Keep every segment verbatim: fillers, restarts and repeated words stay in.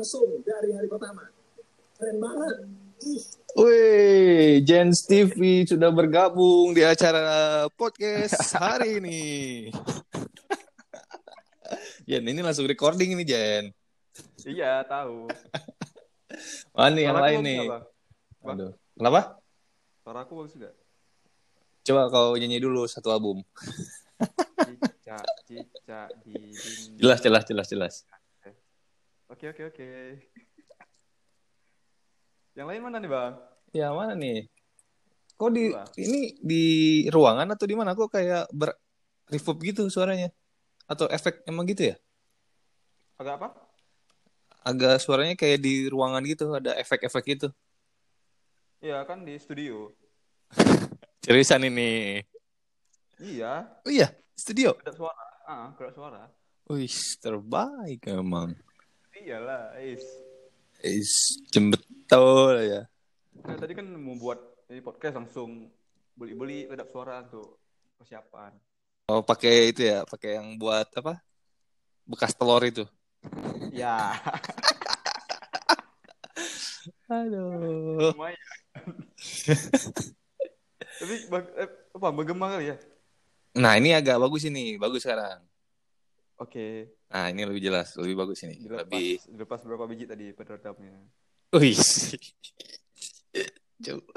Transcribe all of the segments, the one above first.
langsung dari hari pertama. Keren banget. Wih, Jens T V sudah bergabung di acara podcast hari ini. Jen, ini langsung recording ini, Jen. Iya, tahu. Mana nih yang Suaraku lain bagus nih? nggak, Bang? Bang? Aduh. Kenapa? Suara aku bagus juga. Coba kau nyanyi dulu satu album. Cicak, cicak di dinding. Jelas, jelas, jelas, jelas. Oke, oke, oke. Yang lain mana nih, Bang? Ya, mana nih? Kok di Dua. ini di ruangan atau di mana? Kok kayak ber reverb gitu suaranya? Atau efek emang gitu ya? Agak apa? Agak suaranya kayak di ruangan gitu, ada efek-efek gitu. Iya, kan di studio. Seriusan ini. Iya, Oh iya, studio. kedap suara. Ah, kedap suara. Wih, terbaik emang. Iyalah, is. Is jembetol ya. Nah, tadi kan mau buat ini podcast langsung beli-beli kedap suara untuk persiapan. Oh, pakai itu ya, pakai yang buat apa? Bekas telur itu. Ya. Aduh. Lumayan. Tapi bag, eh, apa bergema kali ya? Nah, ini agak bagus ini, bagus sekarang. Oke. Nah, ini lebih jelas, lebih bagus ini. Dilepas, Lebih. dilepas berapa biji tadi peredamnya? Wih. Coba.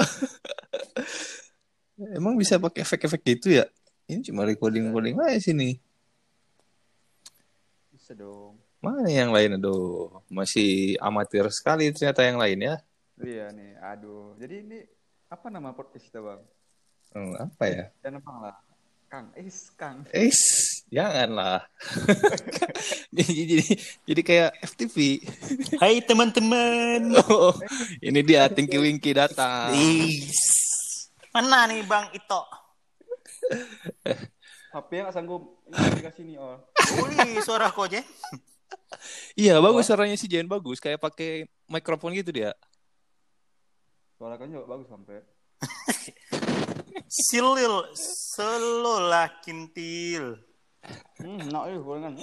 Emang bisa pakai efek-efek gitu ya? Ini cuma recording-recording aja sini. Bisa dong. Mana yang lain? Aduh, masih amatir sekali ternyata yang lain ya. Iya nih, aduh. Jadi ini apa nama podcast kita, Bang? Hmm, apa ya? Dan apa lah? Kang, is Kang. Eh, janganlah. jadi, jadi jadi kayak F T V. Hai teman-teman. Oh, ini dia Tinky Winky datang. Is. Mana nih Bang Ito? H P yang nggak sanggup aplikasi ini, oh. Wih, suara kok je? Iya, bagus suaranya si Jen, bagus. Kayak pakai mikrofon gitu dia. Suara kan juga bagus sampai. Silil, selolah kintil. Hmm, nak eh gorengan.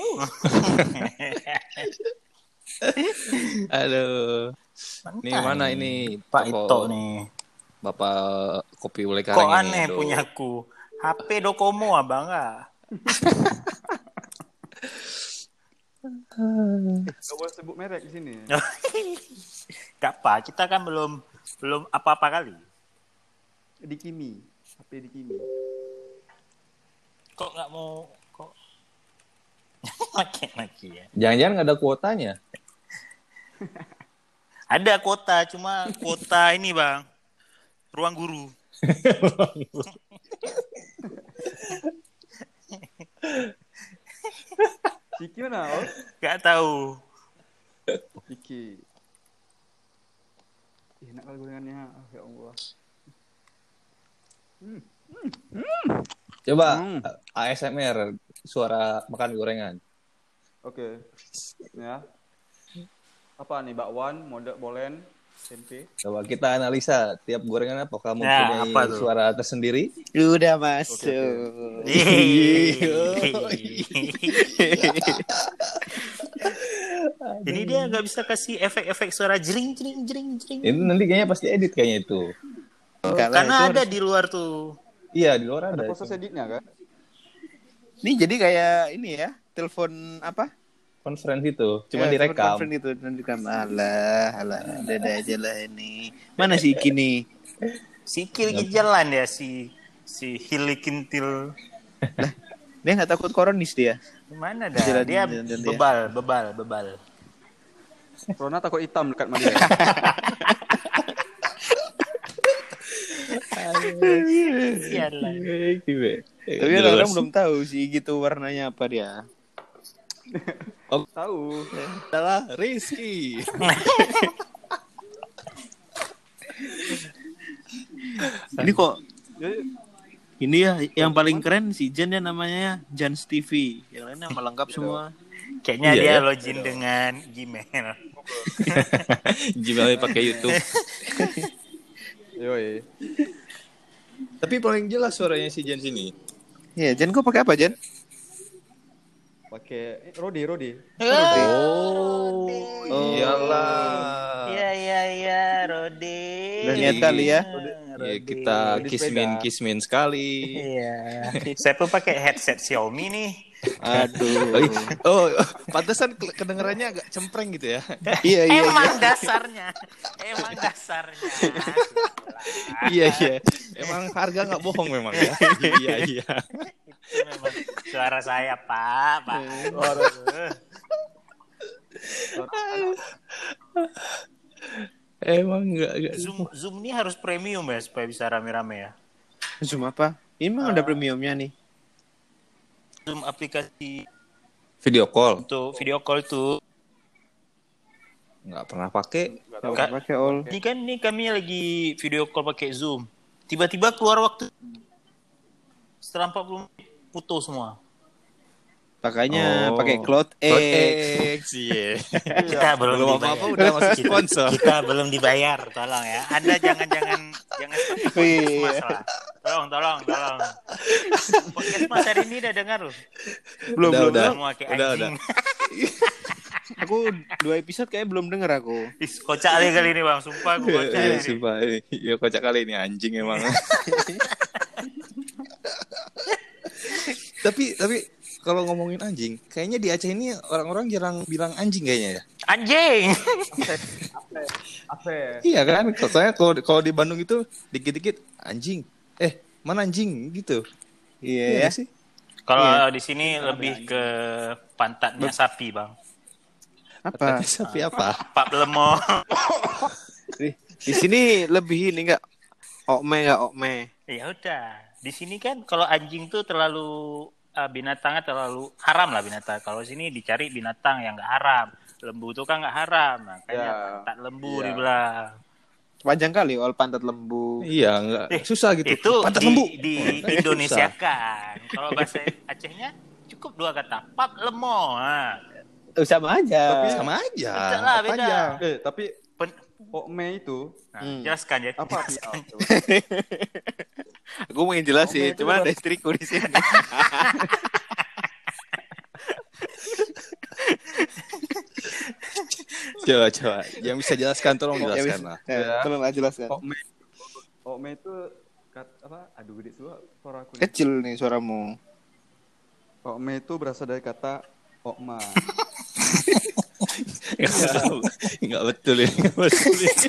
Aduh. Nih mana ini Pak toko Ito nih. Bapak kopi Ule Karang Kok ini. aneh Aduh. punyaku. H P Docomo abang ah. Gak boleh sebut merek di sini. Gak apa, kita kan belum belum apa-apa kali. Di Kimi, H P di Kimi. Kok nggak mau kok makin-makin ya? Jangan-jangan nggak ada kuotanya. Ada kuota, cuma kuota ini bang, ruang guru. Siki mana? Oh? Gak tahu. Siki. Ih, enak kali gorengannya. Oh, ya Allah. Hmm. Coba Hmm. A S M R suara makan gorengan. Oke. Ya. Apa nih bakwan, model bolen, tempe? Coba kita analisa tiap gorengan apa kamu Nah, punya apa tuh? suara tersendiri. Udah masuk. Ini dia nggak bisa kasih efek-efek suara jering jering jering jering. Ini nanti kayaknya pasti edit kayaknya itu. Karena ada di luar tuh. Iya, di luar Ada ada. proses editnya kan? Ini jadi kayak ini ya, telepon apa? Conference itu, cuma Ya, direkam. telepon itu dan direkam. Alah, alah, dada aja lah ini. Mana sih kini? Sikil di jalan ya si si Hili Kintil. Dia nggak takut koronis dia. Mana dah? Jalan- Dia jalan- jalan dia. bebal, bebal, bebal. Corona takut hitam dekat sama dia. Sialan. Tapi orang-orang belum tahu sih gitu warnanya apa dia. Tahu. adalah Rizky. Ini kok Jadi, ini ya yang paling keren si Jan ya namanya Jans T V. Yang lainnya melengkap semua. Kayaknya Iya, dia ya. login dengan Gmail. Gmail pakai YouTube. yoi. Tapi paling jelas suaranya si Jen sini. Iya, Jan kok pakai apa Jan? pakai eh, Rode, Rode. Oh, Oh. iyalah. Iya iya iya, Rode. Udah niat kali ya. Ya, kita Rode kismin sepeda. kismin sekali. Iya. Saya pun pakai headset Xiaomi nih. Aduh. Oh, i- oh, pantesan ke- kedengarannya agak cempreng gitu ya. Iya iya. Emang dasarnya, emang dasarnya. Iya iya. Emang harga nggak bohong memang ya. Iya iya. Itu memang suara saya, Pak. Pak. Emang nggak nggak. Zoom Zoom ini harus premium ya supaya bisa rame-rame ya. Zoom apa? Ini memang ada premiumnya nih. Zoom aplikasi Video call untuk video call itu. nggak pernah pakai. Nggak Kak- pakai all. Ini kan nih kami lagi video call pakai Zoom. Tiba-tiba keluar waktu setelah empat puluh menit putus semua. Makanya Oh. pakai Cloud Cloud X. X, iya. Kita belum Belum dibayar. apa-apa udah masuk Kita- sponsor. Kita belum dibayar, tolong ya. Anda jangan-jangan jangan seperti Wih. podcast Mas lah. Tolong, tolong, tolong. Podcast Mas hari ini udah dengar loh. Belum Udah, belum. udah. belum. Semua kayak Udah, anjing. Aku dua episode kayaknya belum denger aku. Ih, kocak kali kali ini bang, sumpah gue kocak. Iya ini. sumpah. Iya kocak kali ini anjing emang. tapi tapi kalau ngomongin anjing, kayaknya di Aceh ini orang-orang jarang bilang anjing kayaknya ya. Anjing. Afe. Iya kan? Soalnya kalau kalau di Bandung itu dikit-dikit anjing. Eh, mana anjing gitu. Iya Iya ya. nggak sih? Kalau Iya. di sini lebih ke pantatnya sapi bang. Apa? Sapi apa? Pak Lemo. Di, di sini lebih ini enggak okme enggak okme. Ya udah. Di sini kan kalau anjing tuh terlalu uh, binatangnya terlalu haram lah binatang. Kalau sini dicari binatang yang nggak haram. Lembu tuh kan nggak haram, makanya Ya. pantat lembu Iya. dibilang. Panjang kali all pantat lembu. Iya, enggak Eh, susah gitu. Itu Pantat di, lembu. di Oh, Indonesia susah. kan. Kalau bahasa Acehnya cukup dua kata. Pap lemo. Nah, Oh, sama aja. Tapi Sama aja. Beda lah, Apa beda. aja? Eh, tapi pen- Okme itu nah, Hmm. jelaskan ya. apa artinya? Aku mau jelasin, Okme itu cuma apa? ada istriku di sini. Coba coba. Yang bisa jelaskan tolong Ya, jelaskan wis. lah. Ya, Ya. tolong lah jelaskan. Okme. Okme itu kat, apa? Aduh gede suara suara aku nih. Kecil nih suaramu. Okme itu berasal dari kata okma. Enggak betul. Enggak betul ini. Nggak betul ini.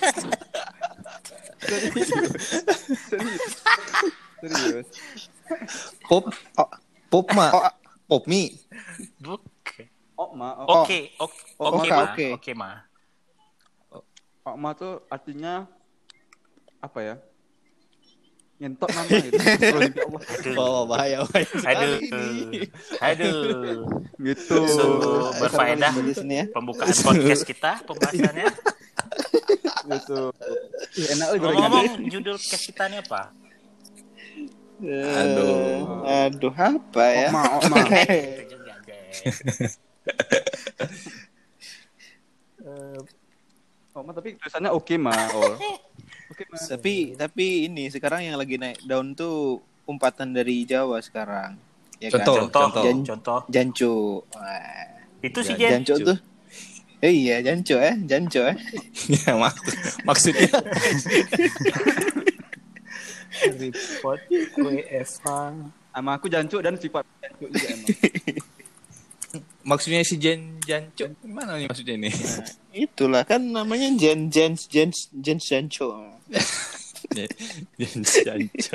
Serius. Pop pop ma. Oh, Pop mie. Oke. Okma, ok- Oke, oke, Oh, oke, oke, Ma. oke. Oke, Ma. okma tuh artinya apa ya? Nyentok nama gitu. Astagfirullahaladzim, ya Allah. Oh, bahaya bahaya Aduh. sekali ini. Aduh. Gitu. Sungguh berfaedah Di sini ya. pembukaan podcast kita, pembahasannya. Gitu. Ih, enak lagi Ngomong-ngomong, judul podcast kita ini apa? Aduh. Aduh, apa ya? Okma, okma. Itu juga, guys. Okma tapi tulisannya oke mah. Oh. Oke mah. Tapi tapi ini sekarang yang lagi naik daun tuh umpatan dari Jawa sekarang. Ya kan? Contoh. Contoh, Jan- contoh. Jancu. Wah. Itu sih, Ya, Jen. Jancu tuh. Eh, iya, jancu eh, jancu eh. Ya, mak- maksudnya Report W F H. Sama aku jancuk dan sifat jancuk juga emang. maksudnya si Jen Jancu gimana nih maksudnya ini? Itulah kan namanya Jen Jen Jen Jen Jancu. Jen Jancu.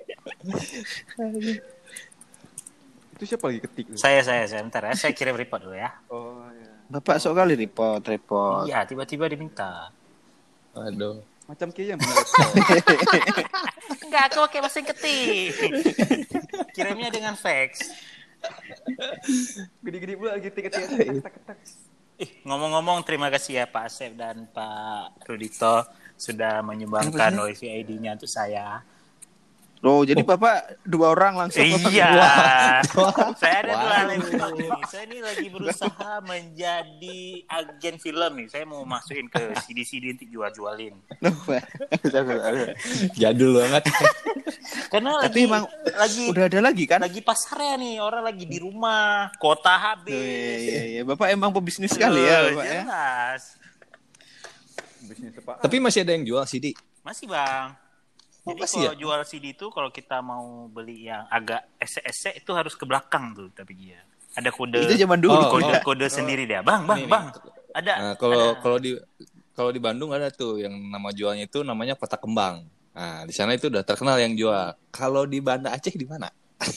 Itu siapa lagi ketik? tuh? Saya, saya, saya. Bentar ya, saya kirim report dulu ya. Oh ya. Bapak sok kali report report. Iya, tiba-tiba diminta. Aduh. Macam kayak yang punya laptop. Enggak, aku pakai mesin ketik. Kirimnya dengan fax. Gede-gede pula lagi ketik-ketik. Tak, tak, tak. Ih, ngomong-ngomong, terima kasih ya Pak Asep dan Pak Rudito sudah menyumbangkan wifi I D-nya untuk saya. Oh, jadi Bapak dua orang langsung. Iya. Wah. Saya ada dua Wow. laptop nih. Saya ini lagi berusaha menjadi agen film nih. Saya mau masukin ke C D C D untuk jual-jualin. Jadul banget. Karena Tapi lagi emang lagi udah ada lagi kan? lagi pasarnya nih, orang lagi di rumah, kota Oh, habis. iya, iya, iya. Bapak emang pebisnis sekali ya, Eh, Bapak ya. jelas. Bisnis apa? Tapi masih ada yang jual C D. Masih, Bang. Oh, Jadi masih kalau ya? jual C D itu kalau kita mau beli yang agak esek-esek itu harus ke belakang tuh, tapi dia ada kode Itu zaman dulu. Oh, kode oh. kode sendiri dia. Bang, Bang, Ini nih. Bang. Ada. Nah, kalau ada. kalau di kalau di Bandung ada tuh yang nama jualnya itu namanya Kota Kembang. Nah, di sana itu udah terkenal yang jual. Kalau di Banda Aceh di mana?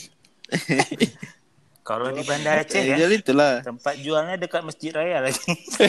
Kalau di Banda Aceh Ya, ya, jadi itulah. tempat jualnya dekat Masjid Raya lagi.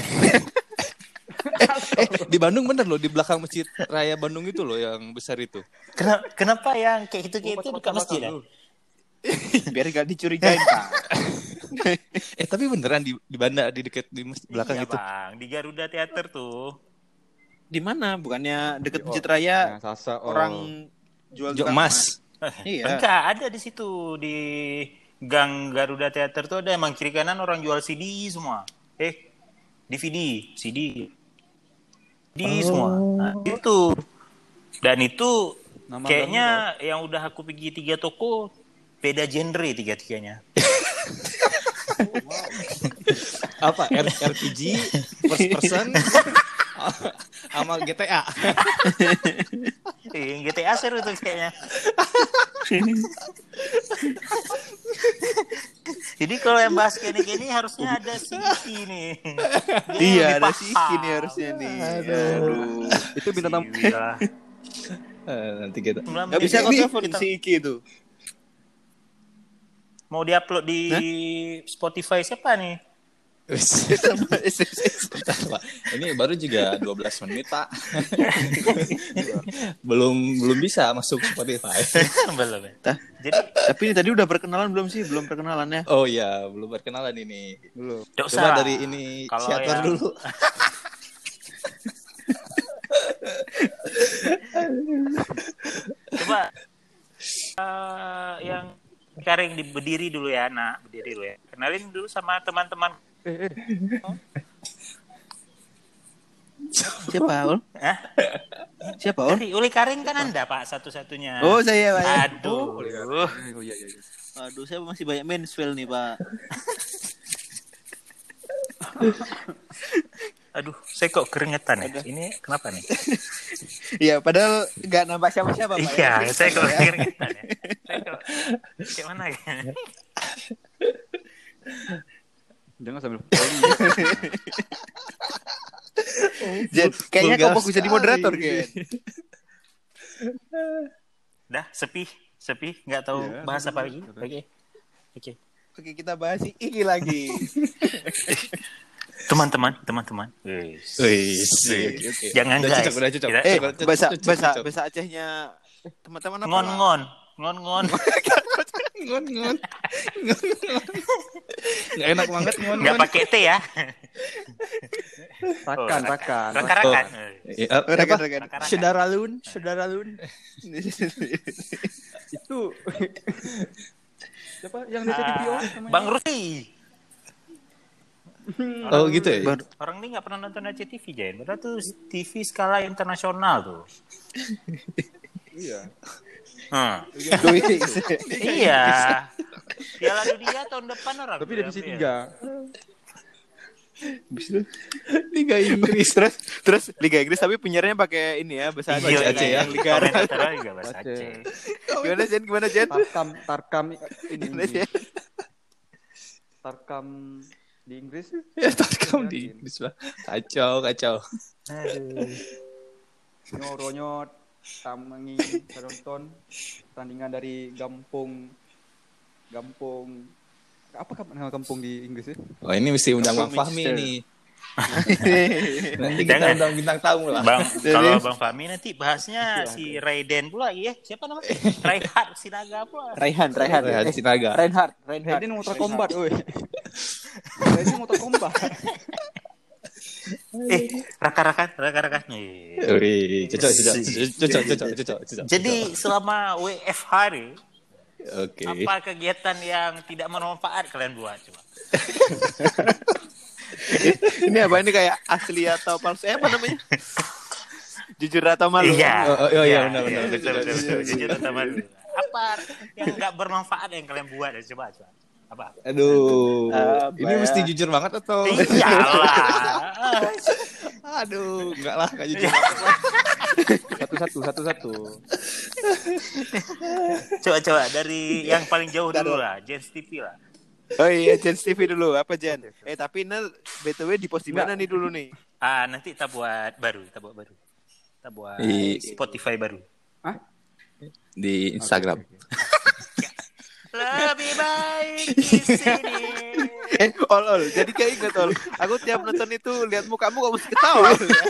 Eh, di Bandung bener loh, di belakang Masjid Raya Bandung itu loh yang besar itu. Kenapa, kenapa yang kayak gitu kayak itu dekat masjid ya? Biar gak dicurigain, Pak. Eh, tapi beneran di di Banda di dekat di masjid belakang Iya, itu. Bang, di Garuda Theater tuh. Di mana? Bukannya deket Oh, Masjid Raya yang Sasa, oh. orang jual Jual tukang emas. Iya. Enggak, ada di situ di Gang Garuda Theater tuh ada emang kiri kanan orang jual C D semua. Eh, D V D, C D. C D semua. Nah, itu. Dan itu Nama kayaknya yang udah aku pergi tiga toko beda genre tiga-tiganya. Apa? R RPG, first person, sama G T A. Eh, yang G T A seru tuh kayaknya. Jadi kalau yang bahas kayak gini harusnya ada Siki nih. Dia Iya, lebih ada paham. Siki nih harusnya nih. Aduh. Itu bintang tamu. Iya. Eh, nanti kita. Gak bisa kau Ini telepon kita si Iki itu. mau diupload di Spotify siapa nih? Bentar, Pak. Ini baru juga dua belas menit, Pak. belum belum bisa masuk Spotify. Belum ya. Tah. Jadi Tapi ini tadi udah perkenalan belum sih? Belum perkenalan ya? Oh iya, belum perkenalan ini. Belum. nggak usah Coba lah. dari ini Kalau siater yang- dulu. Coba eh, yang Karing di berdiri dulu ya, nak berdiri dulu ya. Kenalin dulu sama teman-teman. Siapa, Ul? Hah? Siapa, Ul? Dari Uli Karing kan anda Pak satu-satunya. Oh, saya, Pak. ya. Aduh. Oh iya iya. iya. Aduh, saya masih banyak Mansfield nih, Pak. Aduh, saya kok keringetan ya. Ini kenapa nih? Iya, padahal nggak nampak siapa-siapa, Pak. Iya, ya. saya kok keringetan ya. Saya kok kayak mana ya? Jangan sambil poli. Jen, kayaknya Vulgar kau fokus jadi moderator, sekali. Gen. Dah, sepi, sepi, nggak tahu Iya, bahas apa betul, lagi. betul. Oke. Oke. Oke, kita bahas si Iki lagi. Teman-teman, teman-teman. Wis. Wis. Jangan Udah guys. cocok, udah cocok. Kita- Eh, Cocok, cocok, bahasa cocok, bahasa cocok. bahasa Acehnya teman-teman apa? Ngon-ngon, ngon-ngon. Ngon ngon. Enggak enak banget ngon Nggak ngon. pakai T ya. Takan, Oh, takan. Raka-rakan. Eh, apa? Rekan-rekan. Raka-rakan. Saudara Lun, saudara Lun. Itu siapa yang di C T V O Ah, namanya? Bang Rusi. Oh gitu ya. Baru- Orang ini nggak pernah nonton A C T V, Jen. Padahal tuh T V skala internasional tuh. Iya. Hmm. Wis. Iya. Piala Dunia tahun depan orang. Tapi tuh divisi ya. tiga. Liga Inggris. terus terus Liga Inggris tapi penyiarnya pakai ini ya bahasa Aceh, Iya, Aceh ya. yang Liga. Komentatornya juga bahasa Aceh. Aceh. Gimana Jen? Gimana Jen? Tarkam, tarkam ini. Gimana Jen? Tarkam di Inggris. Ya tarkam di Inggris lah. Kacau, kacau. Aduh. Nyoro-nyot, tamangi, nonton pertandingan dari Gampung, Gampung, apa kan nama kampung di Inggris ya? Oh ini mesti undang Bang Kampung Fahmi Manchester. nih. Nanti kita Jangan. undang bintang tamu lah. Bang, Jadi- kalau Bang Fahmi nanti bahasnya si Raiden pula ya. Siapa namanya? Reinhard Sinaga pula. Raihan, Raihan. Rehan Eh, Sinaga. Reinhard, Reinhard. Raiden motor combat, woi. Raiden motor combat. Eh, rakan-rakan, rakan-rakan. Eh. Wih, cocok, cocok, cocok, cocok, cocok, cocok. Jadi selama W F H ini, Oke. apa kegiatan yang tidak bermanfaat kalian buat? Coba. Ini apa ini kayak asli atau palsu? Eh, apa namanya? Jujur atau malu? Iya. Oh, oh, oh, iya, benar, iya, benar, betul, benar. betul, betul. Jujur atau malu. Apa yang nggak bermanfaat yang kalian buat? Coba, coba. Apa? Aduh, Apa ini ya? mesti jujur banget atau? Iyalah. Aduh, enggak lah, enggak jujur. Satu-satu, satu-satu. Coba-coba dari yang paling jauh dulu lah, Jens T V lah. Oh iya, Jen T V dulu. Apa Jen? Eh tapi Nel B T W di post di mana nih dulu nih? Ah, nanti kita buat baru, kita buat baru. Kita buat Di- Spotify baru. Di Instagram. Lebih baik di sini. Eh, ol ol. Jadi kayak inget ol. Aku tiap nonton itu lihat mukamu kok mesti ketawa.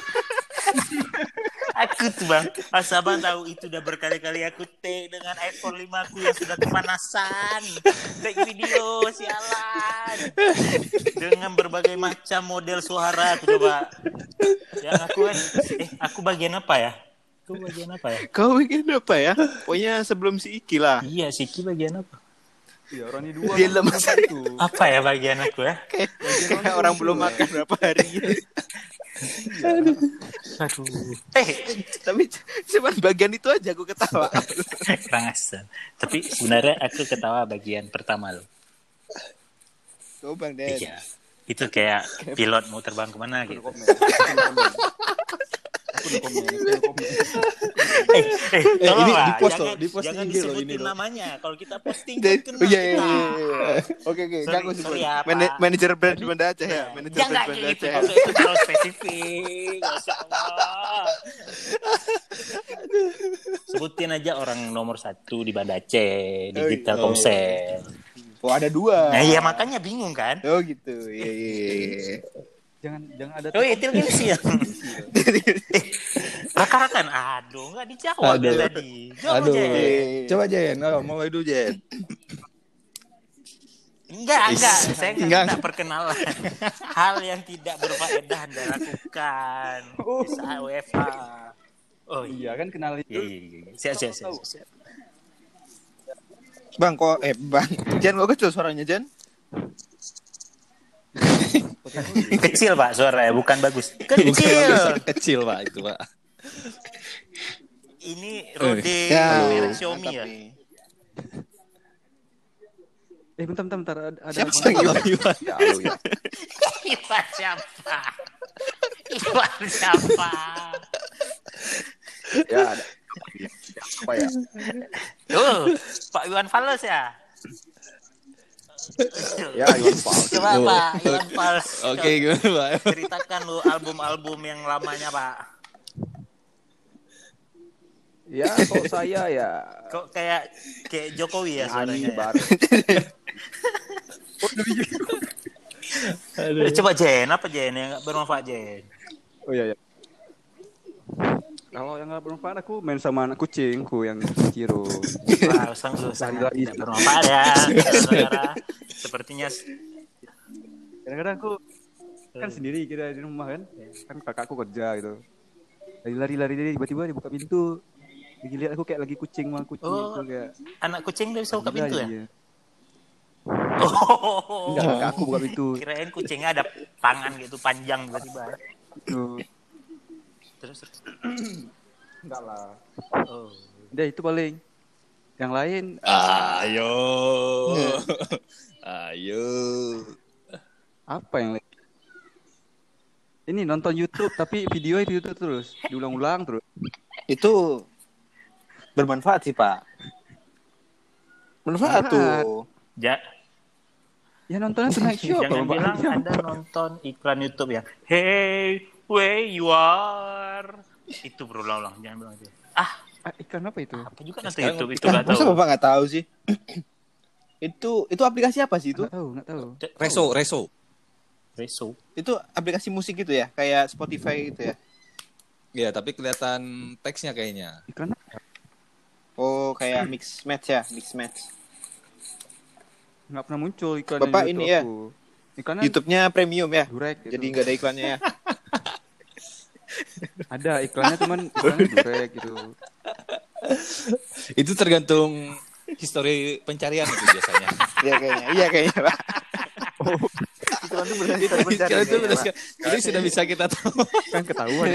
Aku tuh bang, masa bang tahu itu udah berkali-kali aku take dengan iPhone lima aku yang sudah kepanasan, take video sialan, dengan berbagai macam model suara aku coba. Yang aku eh, eh aku bagian apa ya? Aku bagian apa ya? Kau bikin apa ya? Pokoknya sebelum si Iki lah. Iya si Ki bagian apa? Iya, orang ini dua. Dia kan, lemas. kenapa itu. Apa ya bagian aku ya? Kayak, kayak orang belum makan berapa hari. Aduh. Eh, Tapi cuma bagian itu aja aku ketawa. kurang asal. Tapi sebenarnya aku ketawa bagian pertama loh. Kau Bang Den. Iya. Itu kayak pilot mau terbang kemana gitu. Komen. Aku udah komen. Aku udah komen. Eh, eh, tolong ini lah, di post jangan, loh, di post jangan I G loh disebutin ini loh. namanya. Kalau kita posting Den. kan Oh kena iya iya kita. iya. iya. Oke oke, Sorry, enggak aku sebut. sorry ya, Mana- Pak. Manajer brand Banda Aceh ya. Manajer Jangan brand kayak Banda gitu, Aceh. kalau itu terlalu spesifik. Masya Allah. Sebutin aja orang nomor satu di Banda Aceh, di Oh, Telkomsel. Oh ada dua. Nah iya makanya bingung kan? Oh gitu. Iya iya iya. Jangan jangan ada Oh itu gini sih. Rakan-rakan, aduh nggak dijawab Aduh. tadi. Jawab Aduh. Jen. Coba Jen, oh, mulai dulu Jen. Enggak, enggak. Is- Saya enggak. enggak minta perkenalan. Hal yang tidak berfaedah Anda lakukan saat W F H. Oh iya. Iya kan kenal Iya, itu. iya, iya. Siap, siap, siap. siap. Bang kok eh Bang Jen kok kecil suaranya Jen? Kecil Pak suaranya, bukan bagus. Bukan Kecil. bagus, kecil Pak itu Pak. Ini Rode Ya, merek Xiaomi mantap ya. nih. Eh bentar bentar bentar ada ada Siapa abang- yang Iwan? Iwan. Ya, halo, ya. Iwan siapa? Iwan siapa? Ya ada. Apa ya? Tuh, Pak Iwan Fals ya. Ya Iwan Fals. Coba Oh. Pak Iwan Fals. Oke, gimana Pak? Ceritakan lu album-album yang lamanya Pak. Ya kok saya ya Kok kayak kayak Jokowi ya nyanyi suaranya. Ya? baru. Eh, coba Jen, apa Jen yang nggak bermanfaat Jen? Oh iya ya. Kalau yang nggak bermanfaat aku main sama anak kucingku yang Ciro. Wah, sungguh sangat Lari-lari. tidak bermanfaat ya, saudara. Sepertinya Kadang-kadang aku kan sendiri kita di rumah kan. Kan kakakku kerja gitu. Lari-lari lari tiba-tiba dia buka pintu. Dia lihat aku kayak lagi kucing sama kucing Oh. gitu kayak. anak kucing dia bisa buka gila pintu ya? dia. Oh, Enggak, kakak aku buka pintu. kirain kucingnya ada tangan gitu panjang tiba-tiba. Tuh. Terus, terus. Enggak lah. Oh. Udah itu paling. Yang lain Ayo. Ayo. apa yang lain? Ini nonton YouTube tapi video itu YouTube terus, diulang-ulang terus. Itu bermanfaat sih Pak. Bermanfaat Bermanfaat. tuh. Ja, Ya nontonnya Tonight Show apa jangan Bapak? bilang Anda nonton iklan YouTube ya. Hey, where you are? Itu berulang-ulang, jangan bilang itu. Ah, Ah, iklan apa itu? apa juga nonton Sekarang- YouTube itu Lah, nggak masa tahu. Bapak nggak tahu sih? itu itu aplikasi apa sih itu? Enggak tahu, enggak tahu. Reso, Reso. Reso. Itu aplikasi musik gitu ya, kayak Spotify gitu ya. Ya, tapi kelihatan teksnya kayaknya. Iklan apa? Oh, kayak mix match ya, mix match. Enggak pernah muncul iklan Bapak ini ya? Iklannya YouTube-nya premium ya. durek gitu. Jadi nggak ada iklannya ya. Ada iklannya cuman iklannya durek gitu. Itu tergantung histori pencarian itu biasanya. Iya kayaknya. Iya kayaknya, Pak. Iklan itu benar Itu pencarian. itu udah- Jadi sudah bisa kita tahu. Kan ketahuan.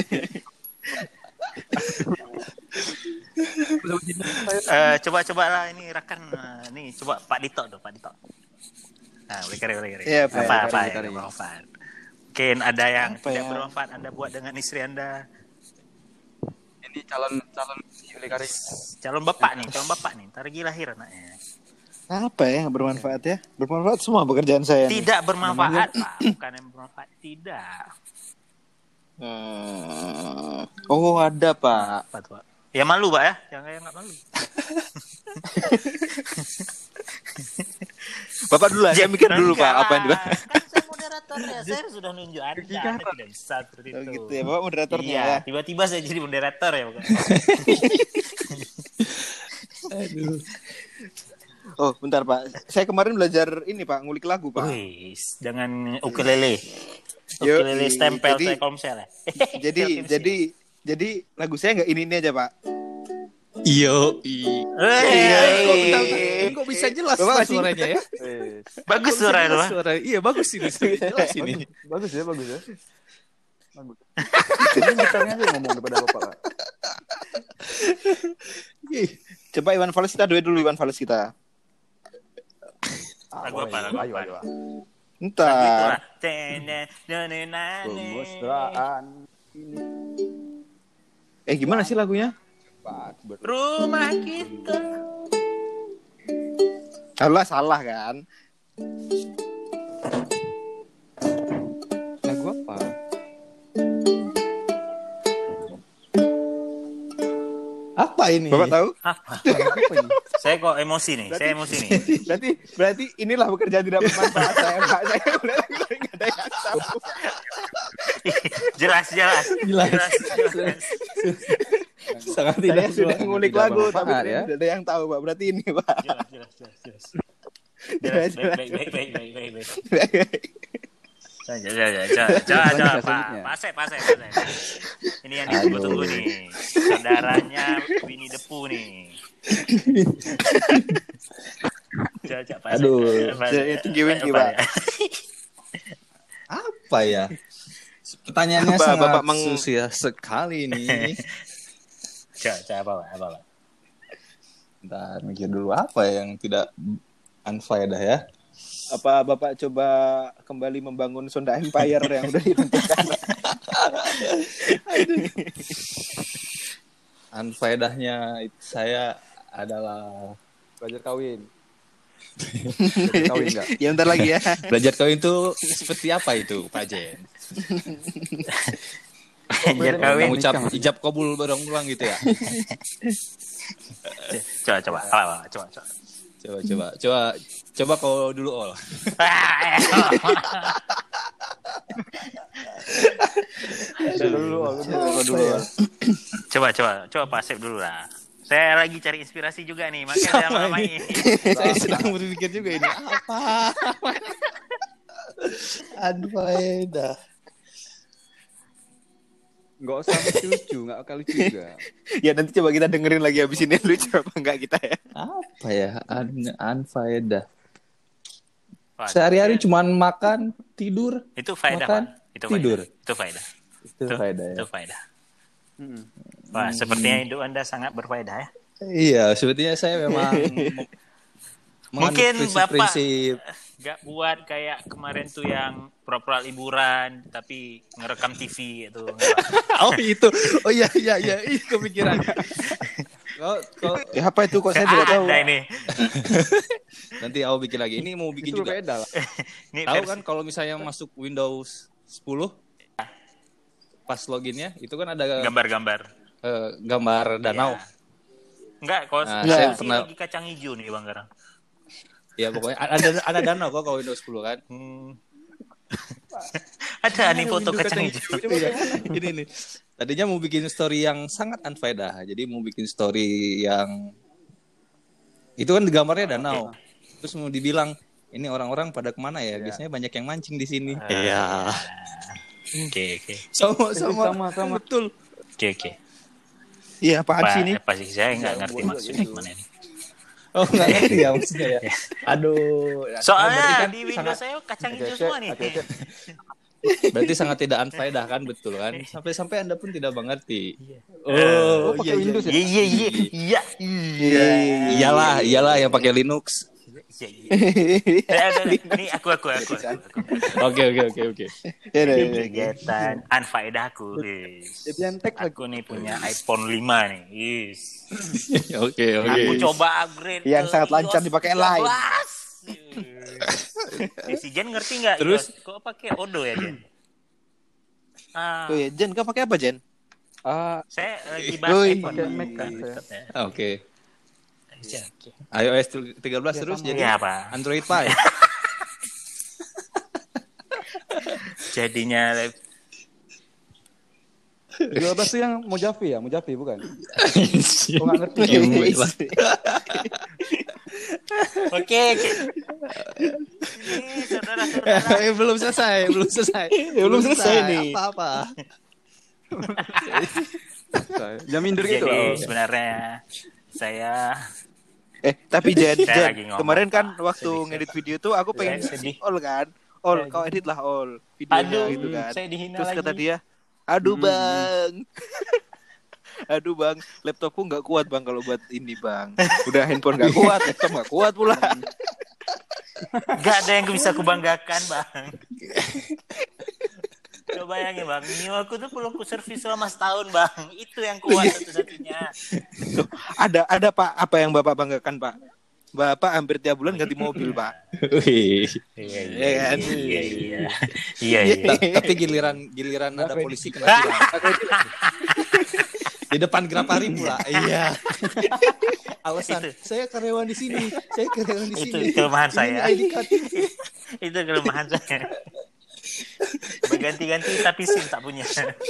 Eh, coba-coba lah ini rekan eh, nih coba Pak Dito dong Pak Dito. Nah, boleh kare boleh kare. Iya, Pak. apa apa Kare, yang kare. bermanfaat? Mungkin ada yang Apa tidak ya? bermanfaat Anda buat dengan istri Anda. Ini calon calon Yuli Karim. Calon bapak nih, calon bapak nih. Ntar lagi lahir anaknya. Apa ya yang bermanfaat ya? Bermanfaat semua pekerjaan saya. nih. Tidak bermanfaat, Pak. Bukan yang bermanfaat, tidak. Hmm. Oh, ada, Pak. Apa tuh, Pak? Ya malu, Pak ya. Jangan yang nggak malu. Bapak dulu lah, saya mikir dulu, Pak, Enggak apa yang lah. dibahas. Kan saya moderatornya. Saya sudah nunjuk Anda. Kiki Anda tidak bisa seperti Oh, itu. gitu ya, Bapak moderatornya Iya, ya. tiba-tiba saya jadi moderator ya, Pak. Oh, bentar, Pak. Saya kemarin belajar ini, Pak, ngulik lagu, Pak. Wih, jangan ukulele. Yo, Ukulele stempel jadi- saya Komsel ya. Jadi, jadi, jadi lagu saya nggak ini ini aja, Pak. Iyo, i. Iya, Kok, bentar, kok bisa jelas Bapak Pak, sih- suaranya ya? Wes. Bagus Kok bisa suara itu, jelas Pak. suara. Iya, bagus ini. Jelas ini. Bagus ya, bagus ya. Bagus. Ini gitarnya aja ngomong daripada Bapak, Pak. Ih, coba Iwan Fals kita duet dulu, Iwan Fals kita. Lagu apa? Lagu Ayo, apa? ayo. Entar. Kemesraan ini Eh, gimana sih lagunya? cepat ber- Rumah kita. Alah, salah kan? Lagu apa? Apa ini? Bapak tahu? Apa? Lagu apa ini? Saya kok emosi nih. Saya emosi nih. Berarti berarti inilah pekerjaan tidak bermanfaat saya, Pak. Saya mulai lagi nggak ada yang tahu. Jelas, jelas. Jelas. jelas. Sangat Saya tidak sudah bermanfaat. ngulik tidak lagu, tapi bermanfaat, ya? ya. Tidak ada yang tahu, Pak. Berarti ini, Pak. Jelas, jelas, jelas, jelas. Jelas, Jelas, jelas. baik, baik, baik, baik, baik, baik, baik. Coba, coba, coba, coba, coba, coba, Pak. selanjutnya. Pasek, pasek, pasek. Ini yang ditunggu-tunggu nih. Saudaranya Winnie the Pooh nih. Coba, coba, pasek. Aduh. Pasek. Ya, itu Winnie, Apa Pak. ya? Apa ya? Pertanyaannya Apa, sangat Bapak meng- susah sekali nih. Coba, coba, apa, Pak? Apa, Pak? Bentar, mikir dulu apa yang tidak unfaedah ya? Apa Bapak coba kembali membangun Sonda Empire yang udah diruntuhkan? Unfaedahnya itu saya adalah Belajar kawin. Belajar kawin enggak? Ya bentar lagi ya. belajar kawin itu seperti apa itu, Pak Jen? Biar kawin. Mengucap ijab kabul berulang-ulang gitu ya? Coba, coba, apa, apa, coba, coba. Coba, coba, coba, coba kau dulu Ol. Dulu, dulu. Coba dulu. Coba, coba, coba Pak Asep dulu lah. Saya lagi cari inspirasi juga nih, makanya saya Sama lama ini. ini. Saya sedang berpikir juga ini apa? Unfaedah. Enggak usah lucu, enggak akan lucu juga. Ya nanti coba kita dengerin lagi habis ini lucu apa enggak kita ya. Apa ya? Un unfaedah. Wah, Sehari-hari cuman makan, tidur, itu faedah, makan, Pak. Itu tidur. faedah. Itu faedah. Itu faedah ya. Itu faedah. Hmm. Wah, sepertinya hidup Anda sangat berfaedah ya. Iya, sebetulnya saya memang mem- menganut Mungkin prinsip-prinsip. Gak buat kayak kemarin tuh yang pura-pura liburan tapi ngerekam T V itu. Oh itu, oh iya iya iya, ih kepikiran. Kau, kau, Ya apa itu kok saya tidak tahu. Ada ini. nanti aku bikin lagi. Ini mau bikin Itu juga. beda lah. Ini Tahu versi- kan kalau misalnya masuk Windows sepuluh, pas loginnya itu kan ada gambar-gambar. eh, gambar danau. Ya. Enggak, kalau Nah, saya saya sih pernah- lagi kacang hijau nih Bang Garang. Ya pokoknya ada ada danau kok kalau Windows sepuluh kan. Hmm. Ada nih foto kacang hijau. Iya. Ini nih. Tadinya mau bikin story yang sangat unfaedah. Jadi mau bikin story yang itu kan gambarnya danau. Terus mau dibilang ini orang-orang pada kemana ya? Biasanya banyak yang mancing di sini. Iya. Oke, oke. Sama sama Sama, sama. betul. Oke oke. Iya, apaan Pak, sih ini? apa sih saya nggak Ya, ngerti buat maksudnya gitu. gimana ini. Oh nggak ngerti ya maksudnya ya. Aduh. Soalnya berarti kan di Windows sangat, saya kacang hijau Aceh, semua nih. Aceh. berarti sangat tidak unfaedah kan, betul kan? Sampai-sampai Anda pun tidak mengerti. Oh, Oh, pakai iya, iya. Windows ya? Iya iya iya iya iya. Iyalah, iyalah yang pakai Linux. Iya iya. Eh, ada, ada. Nih aku aku aku. aku, aku. Oke, oke, oke, oke. Ya, ya, Ini ya. kegiatan anfaedahku. Yes. Debian Tech lagi. Aku nih punya iPhone lima nih. Yes. Oke, oke. Aku coba upgrade Yang ke sangat lancar iOS dipakai tiga Line. belas. Eh, si Jen ngerti nggak? Terus? iOS? Kok pakai Odo ya Jen? Ah, Oh ya, Jen, kau pakai apa, Jen? Ah, saya lagi bahas Oi. iPhone. pakai Mac kan saya. Oke. Iya, oke. iOS tiga belas Ya, terus sama. jadi Iya, Pak. Android Pie. Jadinya tiga belas tuh yang Mojave ya, Mojave bukan? Oh nggak ngerti. Ya, baiklah. oke, oke. Ini saudara-saudara. Eh, belum selesai, belum selesai. belum selesai nih. Apa-apa. Jangan minder gitu Jadi loh. sebenarnya saya Eh, tapi Jen, Saya Jen, lagi ngomong, kemarin kan Pak. waktu Sedih, ngedit video tuh aku pengen Saya sedih. all kan. All, kau edit lah all videonya Aduh, gitu kan. saya dihina Terus lagi. kata dia, aduh bang, aduh bang, laptopku nggak kuat bang kalau buat ini bang. Udah handphone nggak kuat, laptop nggak kuat pula. Gak ada yang bisa kubanggakan, Bang. Coba bayangin, Bang. Mio aku tuh belum ku servis selama setahun, Bang. Itu yang kuat satu-satunya. Tuh, ada ada pak, apa yang bapak banggakan pak? Bapak hampir tiap bulan ganti mobil pak. Wih. Iya, Iya kan? Iya, iya. Iya, iya. Ta- Tapi giliran giliran ada polisi kena tilang. Di depan Grapari pula. Iya. Alasan Itu. saya karyawan di sini. Saya karyawan di Itu sini. kelemahan Ini saya. I D card. Itu kelemahan saya. Berganti-ganti tapi SIM tak punya.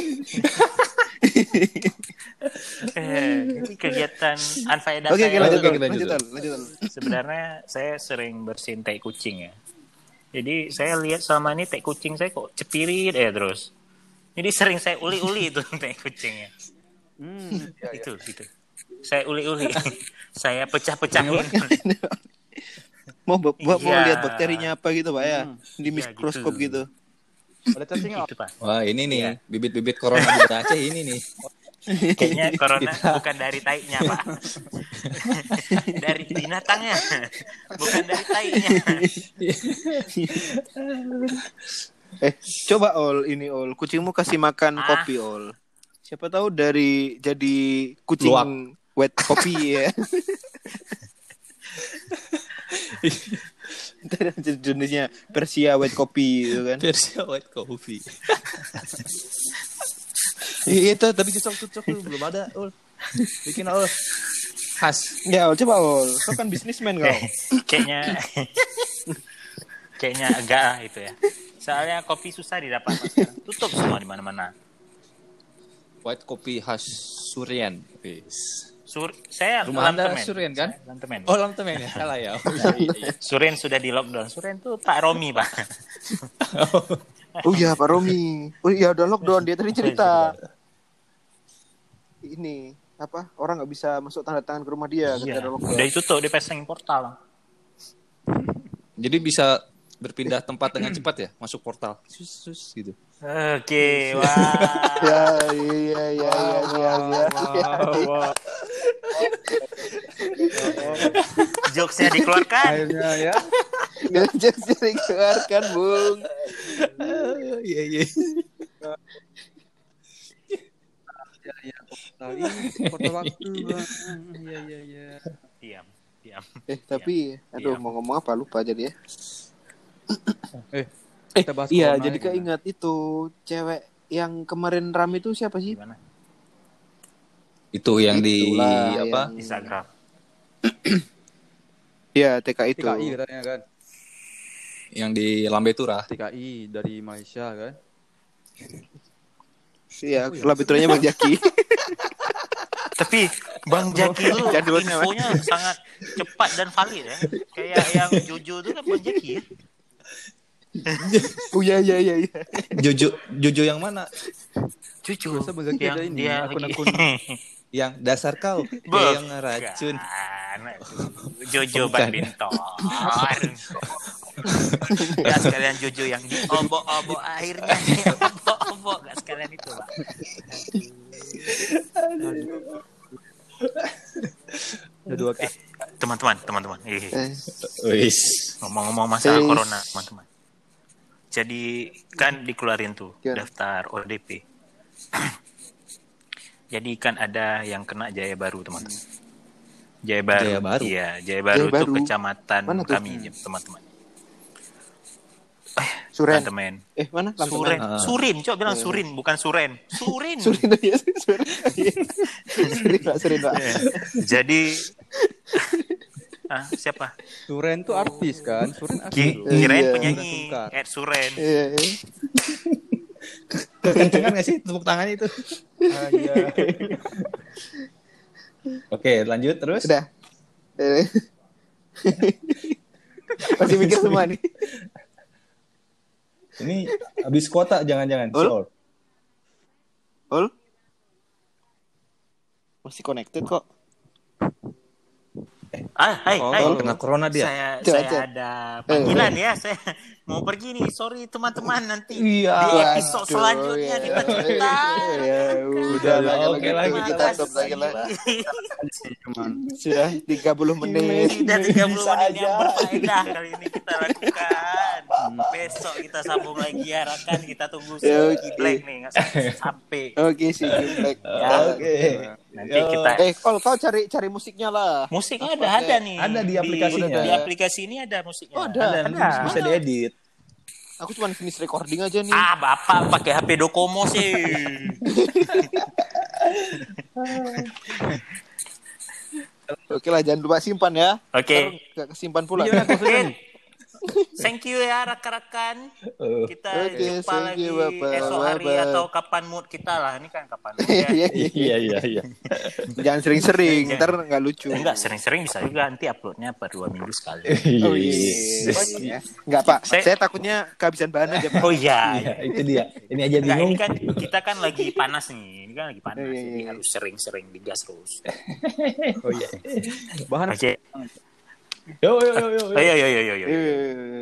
Eh, ini kegiatan unfaedah Oke, saya. oke, lanjut, Oke, lanjut, lanjut, lanjut, lanjut, lanjut. Sebenarnya saya sering bersihin tai kucing ya. Jadi saya lihat selama ini tai kucing saya kok cepirit ya terus. Jadi sering saya uli-uli itu tai kucingnya. Hmm, ya, ya. Itu, itu. Saya uli-uli. Saya pecah-pecahin. Mau mau, mau Iya. lihat bakterinya apa gitu pak ya? Hmm. Di Iya, mikroskop gitu. gitu. Ada cacing nggak? Itu, Pak. Wah, ini nih Iya. bibit-bibit corona di Aceh ini nih. Kayaknya corona bukan dari tainya, Pak. Dari binatangnya. Bukan dari tainya. Eh, coba all ini all, kucingmu kasih makan Ah. kopi all. Siapa tahu dari jadi kucing Luwak. wet kopi ya. Ntar jadi jenisnya Persia wet kopi gitu kan. Versi white coffee. Iya, itu tapi cocok-cocok tuh belum ada. Ul. Bikin ul. Khas. Ya, all, coba all. Kau kan bisnismen kau. Kayaknya kayaknya agak lah itu ya. Soalnya kopi susah didapat Mas, sekarang. Tutup semua di mana-mana. White coffee khas Surian. Wis. Sur saya Rumah Anda Lantemen. Surian kan? Saya Lantemen. Oh, Lantemen ya. Salah ya. Oh, iya, iya, iya. Suren sudah di lockdown. Suren tuh Pak Romi, Pak. Oh iya, Pak Romi. Oh iya, udah lockdown dia tadi cerita. Ini apa? Orang nggak bisa masuk tanda tangan ke rumah dia ketika Iya. ada lockdown. Udah ditutup, dipasangin portal. Jadi bisa berpindah tempat dengan cepat ya, masuk portal. Sus, sus gitu. Oke, wah. Ya, iya, iya, iya, iya, iya. Wow, wow. Jokesnya dikeluarkan. Akhirnya ya. Gajah sering keluarkan, Bung. Iya, iya. Ya, ya. Portal ini, portal waktu, Bang. Iya, iya, iya. Diam, diam. Eh, tapi aduh Iya. mau ngomong apa lupa jadi ya. Eh, Eh, kita bahas iya, corona jadi ya, keingat itu cewek yang kemarin rame itu siapa sih? Gimana? Itu yang di Itulah apa? yang- Instagram. Iya, T K T itu. K I katanya kan. Yang di Lambe Turah. T K I dari Malaysia kan. Iya, lebih turunnya Bang Jaki. Tapi Bang Jaki itu Jadulnya, Mas. infonya sangat cepat dan valid ya. Kayak yang Jojo itu kan Bang Jaki ya. Oh iya iya iya iya. Jojo Jojo yang mana? Cucu Biasa Bang Zaki yang ada ini, dia akun-akun. Yang dasar kau kayak yang ngeracun. Jojo Bukan. badminton. Gak sekalian Jojo yang di obok-obok akhirnya di obok-obok. Gak sekalian itu, Pak. Ada dua kali. Eh, teman-teman, teman-teman. Eh, Eh, Wis. ngomong-ngomong masalah Eh. corona, teman-teman. Jadi kan dikeluarin tuh Gimana? daftar O D P. Jadi kan ada yang kena Jaya Baru, teman-teman. Jaya Baru. Jaya Baru? Iya, Jaya Baru Jaya itu Baru. kecamatan Mana tuh? kami, teman-teman. Suren. Teman. Eh, mana? Lamsemen. Suren, Ah. Surin, coba bilang Eh. Surin, bukan Suren. Surin. Surin aja, Surin. Surin, Pak, Surin, Pak. Iya. Jadi ah, siapa? Suren tuh artis kan? Suren artis. Ki- loh. Kirain Iya. penyanyi Sungkar. Ed Suren. Iya, iya. Kekencengan gak sih tepuk tangannya itu? Ah, iya. Oke, lanjut terus. Sudah. Eh. Masih mikir semua nih. Ini habis kuota jangan-jangan. Ul? Sol. Ul? Masih connected kok. Ah, hai, Oh, hai. Oh, kena corona dia. Saya Coba, saya coba. ada panggilan ya. Saya mau pergi nih. Sorry teman-teman, nanti Iya. di episode Waduh, selanjutnya ya. kita cerita. Ya udah lah kalau Oke, gitu lagi. kita stop lagi lah. Cuman. Sudah tiga puluh menit. Sudah tiga puluh Bisa menit aja. yang berfaedah kali ini kita lakukan. Besok kita sambung lagi ya rekan. Kita tunggu si Ya, Ricky oke. Black nih nggak sampai. Oke sih, Black. Ya, Oke. nanti Yo. kita Eh, kalau kau cari cari musiknya lah. musik ada ada nih. Ada di aplikasinya. Di, aplikasi ini ada musiknya. Oh, ada. Ada, nanti bisa diedit. Aku cuma finish recording aja nih. Ah, Bapak pakai H P Docomo sih. Oke lah, jangan lupa simpan ya. Oke. Ntar nggak kesimpan pula. Oke. Thank you ya rekan-rekan. Oh. Kita Oke, jumpa thank lagi you, Bapak. esok hari Bye-bye. atau kapan mood kita lah. Ini kan kapan mood ya. Iya, iya. Iya, iya, iya. Jangan sering-sering, Jangan. ntar nggak lucu. Enggak, sering-sering bisa juga nanti uploadnya per dua minggu sekali. Oh iya. Yes. Enggak, Pak. Saya- Saya takutnya kehabisan bahan aja, Pak. Oh iya. Iya, itu dia. Ini aja Enggak, bingung. ini kan kita kan lagi panas nih. Ini kan lagi panas. Iya, iya, Jadi iya. harus sering-sering digas terus. Oh iya. Bahan Oke. Yo, yo, yo, yo. yo. Ayo, ayo, ayo, ayo. Eh,